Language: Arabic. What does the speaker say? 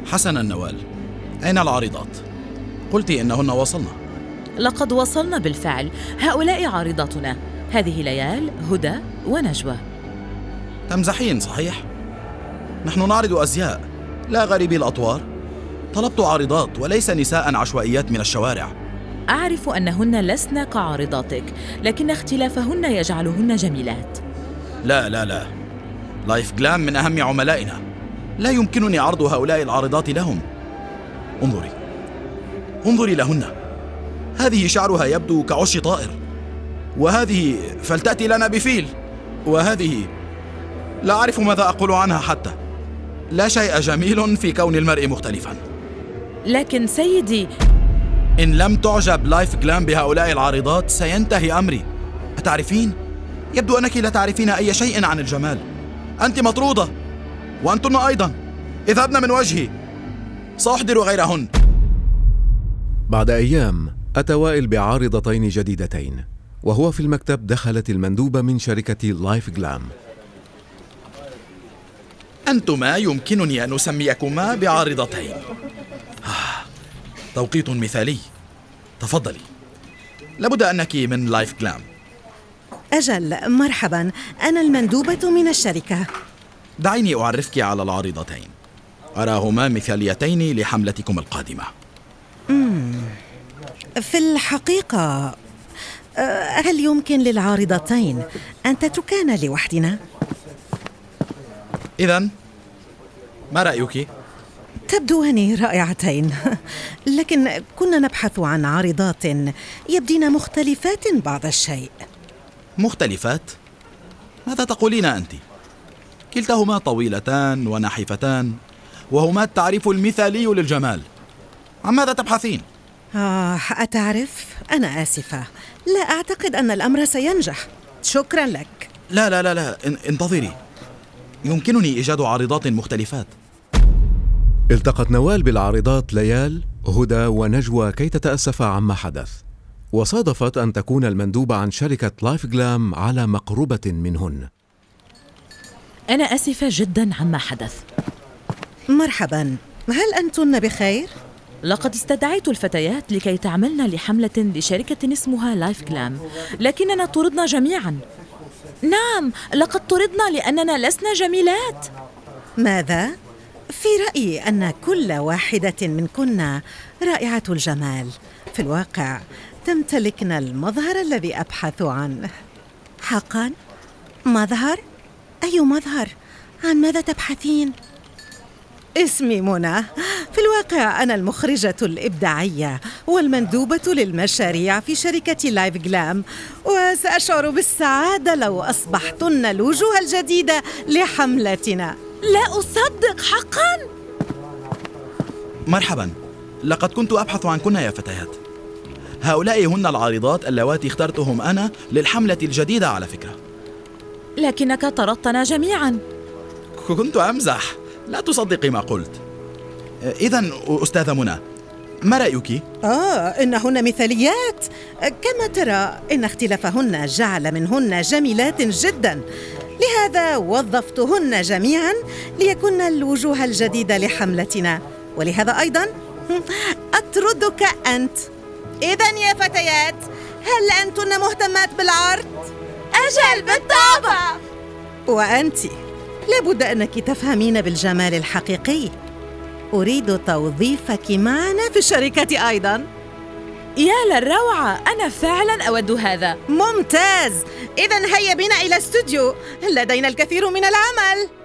حسنا نوال، أين العارضات؟ قلت إنهن وصلنا. لقد وصلنا بالفعل. هؤلاء عارضاتنا، هذه ليال، هدى ونجوى. تمزحين صحيح؟ نحن نعرض أزياء، لا غريبي الأطوار. طلبت عارضات وليس نساء عشوائيات من الشوارع. أعرف أنهن لسن كعارضاتك، لكن اختلافهن يجعلهن جميلات. لا، لايف جلام من أهم عملائنا، لا يمكنني عرض هؤلاء العارضات لهم. انظري لهن، هذه شعرها يبدو كعش طائر، وهذه فلتأتي لنا بفيل، وهذه لا أعرف ماذا أقول عنها حتى. لا شيء جميل في كون المرء مختلفا. لكن سيدي، إن لم تعجب لايف جلام بهؤلاء العارضات سينتهي أمري. أتعرفين؟ يبدو أنك لا تعرفين أي شيء عن الجمال. أنت مطرودة، وأنتن أيضا. اذهبن من وجهي، سأحضر غيرهن. بعد أيام أتى وائل بعارضتين جديدتين، وهو في المكتب دخلت المندوبة من شركة لايف جلام. أنتما يمكنني أن أسميكما بعارضتين. توقيت مثالي. تفضلي، لابد أنك من لايف جلام. أجل، مرحبا، أنا المندوبة من الشركة. دعيني أعرفك على العارضتين، أراهما مثاليتين لحملتكم القادمة. في الحقيقة، هل يمكن للعارضتين أن تتركانا لوحدنا؟ إذن ما رأيك؟ تبدوان رائعتين، لكن كنا نبحث عن عارضات يبدين مختلفات بعض الشيء. مختلفات؟ ماذا تقولين أنت؟ كلتاهما طويلتان ونحيفتان، وهما التعريف المثالي للجمال. عن ماذا تبحثين؟ أتعرف؟ أنا آسفة، لا أعتقد أن الأمر سينجح. شكرا لك. لا، انتظري، يمكنني إيجاد عارضات مختلفات. التقت نوال بالعارضات ليال، هدى ونجوى كي تتأسفا عما حدث، وصادفت أن تكون المندوبة عن شركة لايف جلام على مقربة منهن. أنا آسفة جدا عما حدث. مرحبا، هل أنتن بخير؟ لقد استدعيت الفتيات لكي تعملن لحملة لشركة اسمها لايف جلام، لكننا طردنا جميعا. نعم، لقد طردنا لأننا لسنا جميلات. ماذا؟ في رأيي أن كل واحدة منكن رائعة الجمال. في الواقع تمتلكن المظهر الذي أبحث عنه. حقا؟ مظهر؟ أي مظهر؟ عن ماذا تبحثين؟ اسمي منى. في الواقع أنا المخرجة الإبداعية والمندوبة للمشاريع في شركة لايف جلام، وسأشعر بالسعادة لو أصبحتن الوجوه الجديدة لحملتنا. لا أصدق، حقا؟ مرحبا، لقد كنت أبحث عنكن يا فتيات. هؤلاء هن العارضات اللواتي اخترتهم أنا للحملة الجديدة على فكرة. لكنك طردتنا جميعا. كنت أمزح، لا تصدقي ما قلت. إذن أستاذة منى، ما رأيك؟ إنهن مثاليات. كما ترى إن اختلافهن جعل منهن جميلات جدا، لهذا وظفتهن جميعا ليكن الوجوه الجديدة لحملتنا، ولهذا أيضا أطردك أنت. إذن يا فتيات، هل أنتن مهتمات بالعرض؟ أجل، بالطبع. وأنت لابد أنك تفهمين بالجمال الحقيقي. أريد توظيفك معنا في الشركة أيضا. يا للروعة، أنا فعلا أود هذا. ممتاز، إذن هيا بنا إلى الاستوديو، لدينا الكثير من العمل.